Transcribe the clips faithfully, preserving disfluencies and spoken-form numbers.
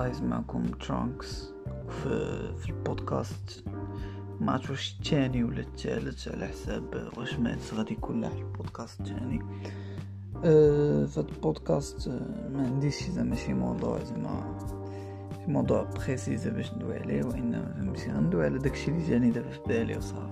جايز، معكم ترانكس في, في البودكاست. ما عرفت واش الثاني ولا الثالث على حساب واش مات غادي يكون له البودكاست الثاني. أه في البودكاست ما عنديش زعما شي موضوع زعما شي موضوع بريسيز باش ندوي عليه، وانما فهمتي غندوي على داكشي اللي جاني دابا في بالي وصافي.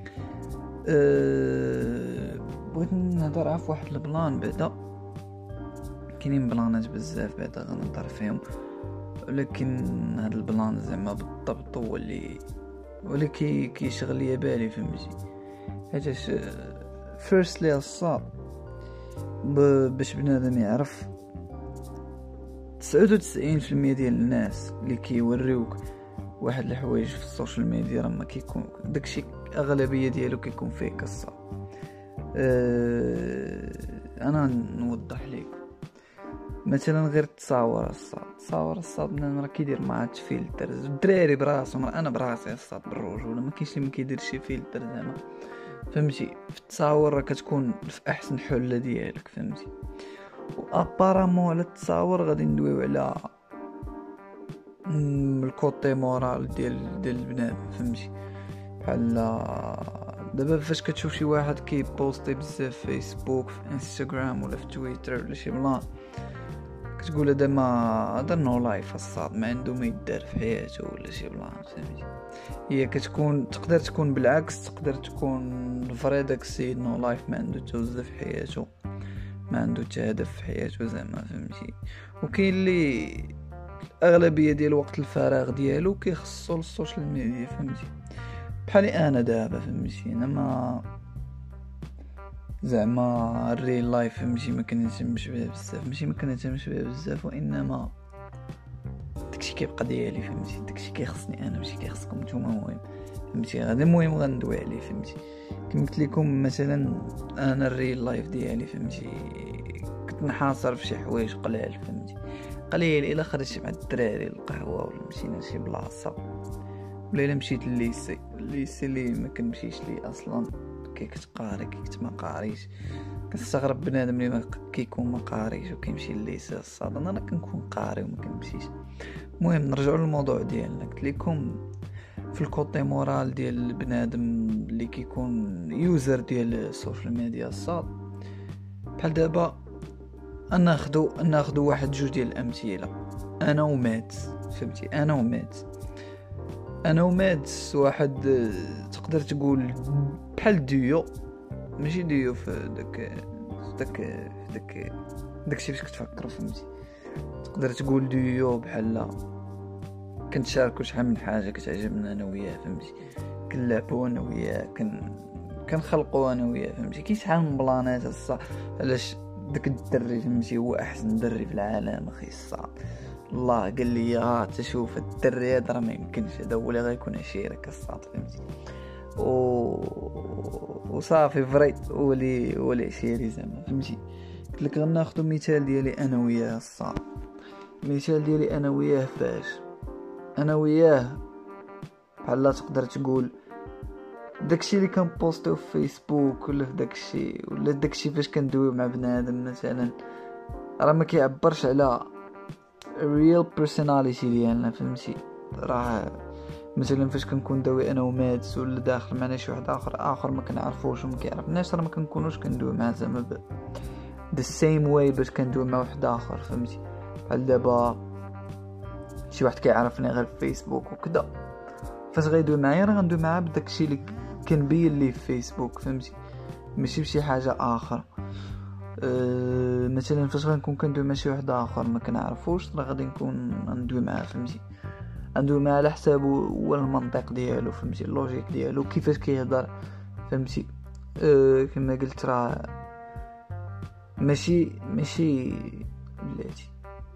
أه بغيت نهضر في واحد البلان. بعدا كاينين بلانات بزاف بعدا غنهضر فيهم، ولكن هذا البلان زعما بالضبط هو اللي ولي كي كيشغل ليا بالي فهمتي. حيتاش فيرستلي الصاد باش بنادم يعرف تسعة وتسعين بالمية ديال الناس اللي كيوريوك واحد الحوايج في السوشيال ميديا راه ما كيكون داكشي اغلبيه ديالو كيكون فيك الصاد. أه انا نوضح لك مثلا غير التصاور الصاد تصاور الصاد بنادم راه كيدير مع فلتر الدراري براسهم، راه انا براسي الصاد بالرجوله ما كاينش اللي ما كيدير شي فلتر زعما فهمتي. في التصاور راه كتكون في احسن حله ديالك فهمتي. وابارامون على التصاور غادي ندويو على الكوتي مورال ديال ديال البنات فهمتي. بحال دابا فاش كتشوف شي واحد كيبوستي بزاف في فيسبوك في انستغرام ولا في تويتر ولا شي بلان، كتقول هذا ما هذا نو لايف الصاد ما عنده ما يدار في حياته ولا شي بلان فهمتي. هي كتكون تقدر تكون بالعكس، تقدر تكون الفري داك السيد نو لايف ما عنده توزع في حياته، ما عنده هدف في حياته زعما فهمتي. وكاين اللي الاغلبيه ديال وقت الفراغ ديالو كيخصو للسوشيال ميديا فهمتي. بحالي انا دابا فهمتي، انا ما زعما الريل لايف فهمتي ما كنهتمش بها بزاف، ماشي ما كنهتمش بها بزاف وانما داكشي كيبقى ديالي فهمتي. داكشي كيخصني انا ماشي كيخصكم نتوما، مهم فهمتي. هذا المهم غندوي عليه فهمتي. كما قلت لكم مثلا انا الريل لايف ديالي فهمتي كنت نحاصر في شي حوايج قلال فهمتي، قليل الا خرجت مع الدراري القهوه ولا مشينا لشي بلاصه ولا الا مشيت لليسي الليسي اللي ما كنمشيش ليه اصلا. كي كتقاري كي كنت ما قاريش كنستغرب بنادم اللي ما كيكون ما قاريش وكيمشي لليسي الصاد. انا كنكون قاري وما كنمشيش. المهم نرجعوا للموضوع ديالنا. قلت لكم في الكوتي مورال ديال البنادم اللي كيكون يوزر ديال السوشيال ميديا الصاد. بحال دابا انا ناخذو ناخذو واحد جوج ديال الامثله. انا ومات فهمتي، انا ومات انا ومات واحد تقدر تقول بحال ديو، ماشي ديو في داك داك داك داكشي باش كتفكر فهمتي. تقدر تقول ديو بحال كنتشاركوا شحال من حاجه كتعجبنا انا وياه فهمتي، كنلعبوا انا وياه كن كنخلقوا انا وياه فهمتي. كاين شحال من بلانات الصح علاش داك الدري فهمتي هو احسن دري في العالم اخي الصاد. الله قال لي ها تشوف الدري هذا راه ما يمكنش، هذا هو اللي غيكون عشيرك الصاد فهمتي. و وصافي فريت ولي ولي عشيري زعما فهمتي. قلت لك غناخذ مثال ديالي انا وياه الصاد. مثال ديالي انا وياه فاش انا وياه بحال تقدر تقول داكشي اللي كنبوستيو في فيسبوك ولا في داكشي ولا داكشي فاش كندويو مع بنادم مثلا راه ما كيعبرش على real personality ديالنا فهمتي. راه مثلا فاش كنكون داوي انا ومات ولا داخل معنا شي واحد اخر اخر ما كنعرفوش وما كيعرفناش، راه ما كنكونوش كندوي معاه زعما ب the same way باش كندوي مع واحد اخر فهمتي. بحال دابا شي واحد كيعرفني غير في فيسبوك وكذا، فاش غيدوي معايا راه غندوي معاه بداكشي اللي كنبين ليه في فيسبوك فهمتي، ماشي بشي حاجه اخرى. أه مثلا فاش غنكون كندوي مع شي واحد اخر ما كنعرفوش راه غادي نكون ندوي معاه فهمتي، ندوي معاه على حسابه والمنطق ديالو فهمتي، اللوجيك ديالو كيفاش كيهضر فهمتي. أه كما قلت راه ماشي ماشي بلاتي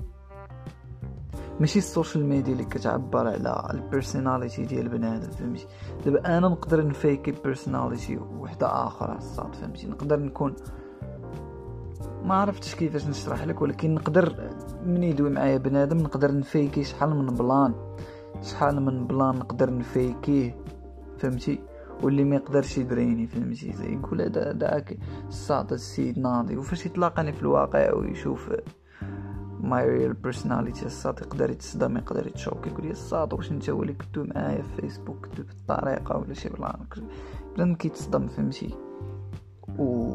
ماشي السوشيال ميديا اللي كتعبر على البيرسوناليتي ديال بنادم فهمتي. دابا انا نقدر نفيكي بيرسوناليتي وحده اخرى الصاد فهمتي. نقدر نكون ما عرفتش كيفاش نشرح لك، ولكن نقدر من يدوي معايا بنادم نقدر نفيكي شحال من بلان شحال من بلان نقدر نفيكيه فهمتي، واللي ما يقدرش يدريني فهمتي. زي يقول هذا داك الصاد السيد ناضي، وفاش يتلاقاني في الواقع ويشوف my real personality الصاد يقدر يتصدم، يقدر يتشوك، يقول لي الصاد واش انت هو اللي كنتو معايا في فيسبوك كنتو بالطريقه ولا شي بلان بلان كيتصدم فهمتي. و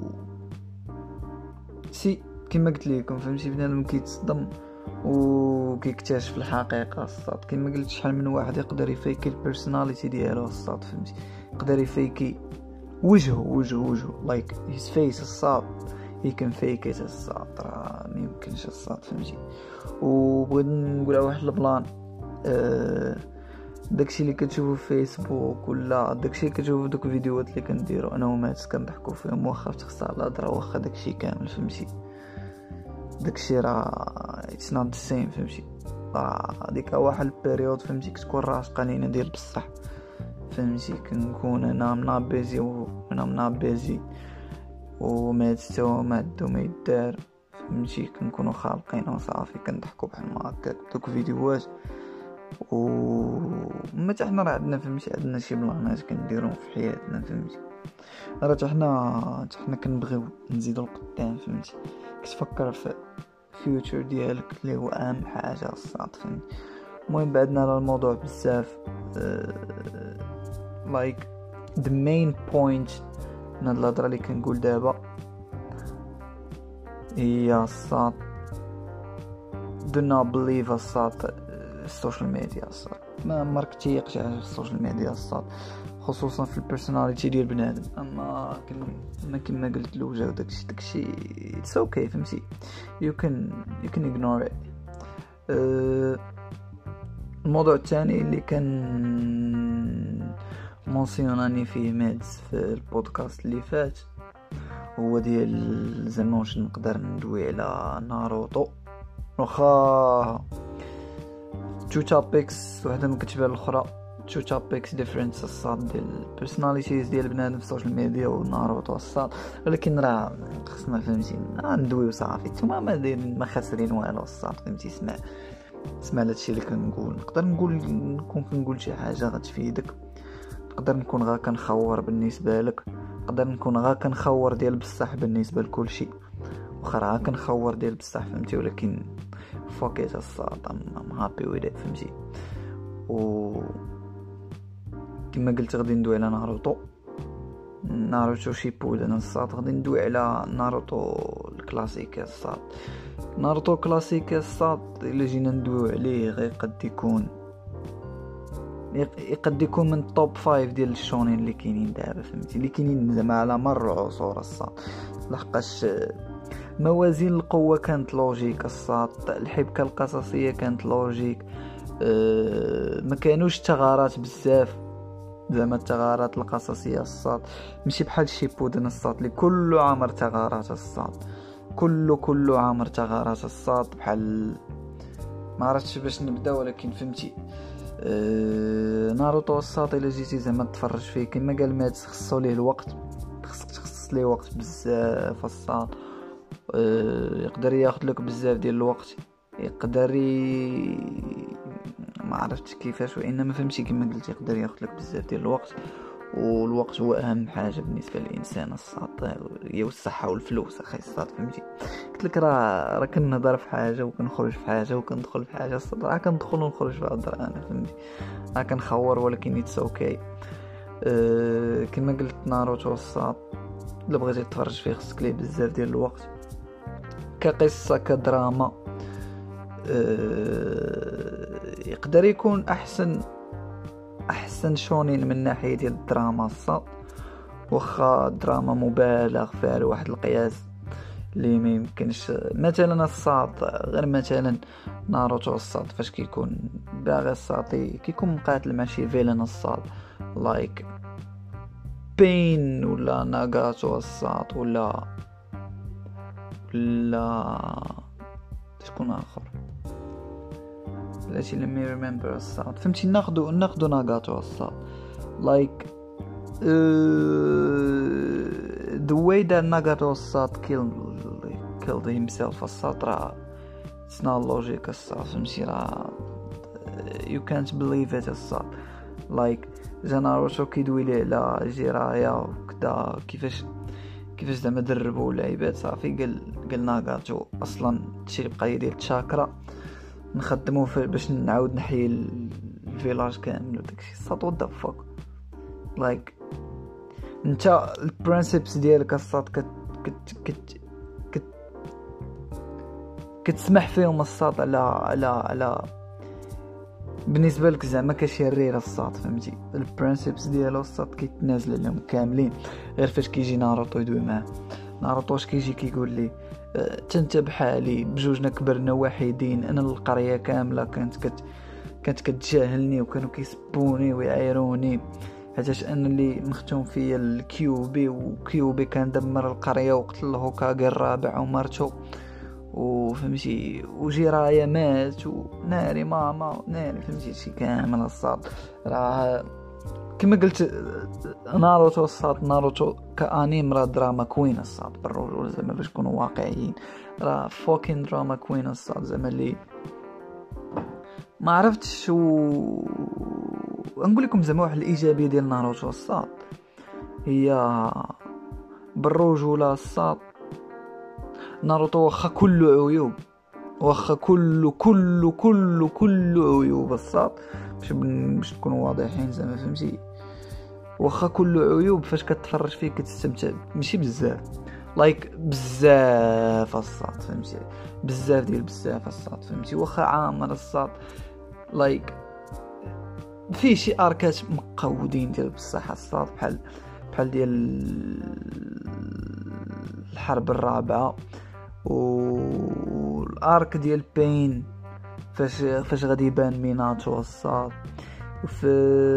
سي كما قلت لكم فهمتي بنادم كيتصدم وكيكتشف الحقيقه الصاد. كما قلت شحال من واحد يقدر يفيكي البيرسوناليتي ديالو الصاد فهمتي، يقدر يفيكي وجهه وجهه وجهه لايك هيز فيس الصاد he can fake it الصاد راه ما يمكنش الصاد فهمتي. وبغيت نقولها واحد البلان أه داكشي اللي كتشوفو في فيسبوك ولا داكشي اللي كتشوفو دوك الفيديوهات اللي كنديرو انا ومات كنضحكوا فيهم واخا تخسر الهضره واخا داكشي كامل فهمتي، داكشي راه it's not the same فهمتي. راه ديك واحد البيريود فهمتي كتكون راشقه لينا ديال بصح فهمتي، كنكون انا منا بيزي وانا منا بيزي ومات تو ما عندو ما يدار فهمتي، كنكونوا خالقين وصافي كنضحكوا بحال ما هكاك دوك فيديوهات. و ما حتى حنا راه عندنا فهمتي عندنا شي بلانات كنديرو في حياتنا فهمتي، راه حتى حنا حتى حنا كنبغيو نزيدو لقدام فهمتي، كتفكر في فيوتشر ديالك اللي هو اهم حاجه الصاد فهمتي. المهم بعدنا على الموضوع بزاف لايك the main point من هاد الهضره اللي كنقول دابا هي الصاد do not believe الصاد السوشيال ميديا الصاد ما عمرك تيقش على السوشيال ميديا الصاد خصوصا في البيرسوناليتي ديال بنادم. اما كما كما قلت له جا داكشي داكشي اتس اوكي فهمتي you can you can ignore it. أه الموضوع الثاني اللي كان مونسيوناني فيه مادز في البودكاست اللي فات هو ديال زعما واش نقدر ندوي على ناروتو، واخا تو توبكس وحده ما كتبان الاخرى تو توبكس ديفرنس الصاد ديال البيرسوناليتيز ديال بنادم في السوشيال ميديا وناروتو الصاد، ولكن راه خصنا فهمتي ندويو صافي نتوما ما دايرين ما خاسرين والو الصاد فهمتي. اسمع اسمع هادشي اللي كنقول، نقدر نقول نكون كنقول شي حاجه غتفيدك، نقدر نكون غا كنخور بالنسبه لك، نقدر نكون غا كنخور ديال بصح بالنسبه لكل شيء واخا راه كنخور ديال بصح فهمتي، ولكن فوكيت الصاد ام هابي ويز ات فهمتي. و كما قلت غادي ندوي على ناروتو ناروتو شيبودن الصاد، غادي ندوي على ناروتو الكلاسيك الصاد. ناروتو كلاسيك الصاد الا جينا ندويو عليه غير قد يكون يقد يكون من توب فايف ديال الشونين اللي كاينين دابا فهمتي، اللي كاينين زعما على مر عصور الصاد، لحقاش موازين القوه كانت لوجيك الصاد، الحبكه القصصيه كانت لوجيك، أه ما كانوش ثغرات بزاف زعما الثغرات القصصيه الصاد، ماشي بحال شيبودن الصاد اللي كله عامر ثغرات الصاد، كله كله عامر ثغرات الصاد بحال ما عرفتش باش نبدا ولكن فهمتي. أه... ناروتو الصاد الا جيتي زعما تفرج فيه كما قال ماتس خصو ليه الوقت، خصك تخصص ليه وقت بزاف الصاد، أه... يقدر ياخذ لك بزاف ديال الوقت، يقدر ي... ما عرفتش كيفاش وانما فهمتي كما قلت يقدر ياخذ لك بزاف ديال الوقت، والوقت هو اهم حاجه بالنسبه للانسان الصاد، هي الصحه والفلوس اخي الصاد فهمتي. قلت لك راه راه كنهضر في حاجه وكنخرج في حاجه وكندخل في حاجه الصاد، راه كندخل ونخرج في هضره انا فهمتي، راه كنخور ولكن اتس اوكي. أه كما قلت ناروتو الصاد الا بغيتي تفرج فيه خصك ليه بزاف ديال الوقت، كقصه كدراما أه يقدر يكون احسن احسن شونين من ناحيه ديال الدراما الصاد، واخا دراما مبالغ فيها لواحد القياس اللي ما يمكنش. مثلا الصاد غير مثلا ناروتو الصاد فاش كيكون باغي الصاد كيكون مقاتل مع شي فيلن الصاد لايك بين ولا ناغاتو الصاد ولا ولا شكون اخر بلاتي لمي ريمبر الصاد فهمتي. ناخدو ناخدو ناغاتو الصاد like uh, the way that Nagato الصاد killed killed himself الصاد راه it's not logic الصاد فهمتي، راه you can't believe it الصاد like جا ناروتو كيدوي ليه على جيرايا وكذا كيفاش كيفاش زعما دربوا اللعيبات صافي قال قال ناغاتو اصلا هادشي القضيه ديال التشاكرا نخدموا باش نعاود نحيي الفيلاج كامل وداكشي صات وات ذا فوك لايك انت البرينسيبس ديالك الصاد كت كت كت كت كتسمح فيهم الصاد على على على بالنسبه لك زعما كشرير الصاد فهمتي البرينسيبس ديالو الصاد كيتنازل عليهم كاملين غير فاش كيجي ناروتو يدوي معاه ناروتو واش كيجي كيقول لي انت بحالي بجوجنا كبرنا وحيدين انا القريه كامله كانت كت كانت كتجاهلني وكانوا كيسبوني ويعايروني حيتاش انا اللي مختوم فيا الكيوبي وكيوبي كان دمر القريه وقتل الهوكاغي الرابع ومرتو وفهمتي وجيرايا مات وناري ماما ناري فهمتي شي كامل الصاد راه كما قلت ناروتو الصاد ناروتو كانيم راه دراما كوين الصاد بالرجوله زعما باش نكونوا واقعيين راه فوكين دراما كوين الصاد زعما اللي ما عرفتش شو نقول لكم زعما واحد الايجابيه ديال ناروتو الصاد هي بالرجوله الصاد ناروتو واخا كل عيوب واخا كل كل كل كل عيوب الصاد باش باش نكونوا واضحين زعما فهمتي واخا كل عيوب فاش كتفرج فيه كتستمتع ماشي بزاف لايك بزاف الصاد فهمتي بزاف ديال بزاف الصاد فهمتي واخا عامر الصاد لايك فيه شي اركات مقودين ديال بصح الصاد بحال بحال ديال الحرب الرابعه والارك ديال بين فاش فاش غادي يبان ميناتو الصاد وفي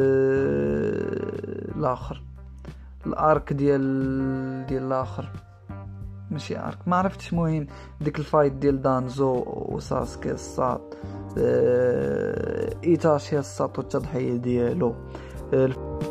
الاخر الارك ديال ديال الاخر ماشي ارك ما عرفتش مهم ديك الفايت ديال دانزو وساسكي الصاد ايتاشي الصاد والتضحيه ديالو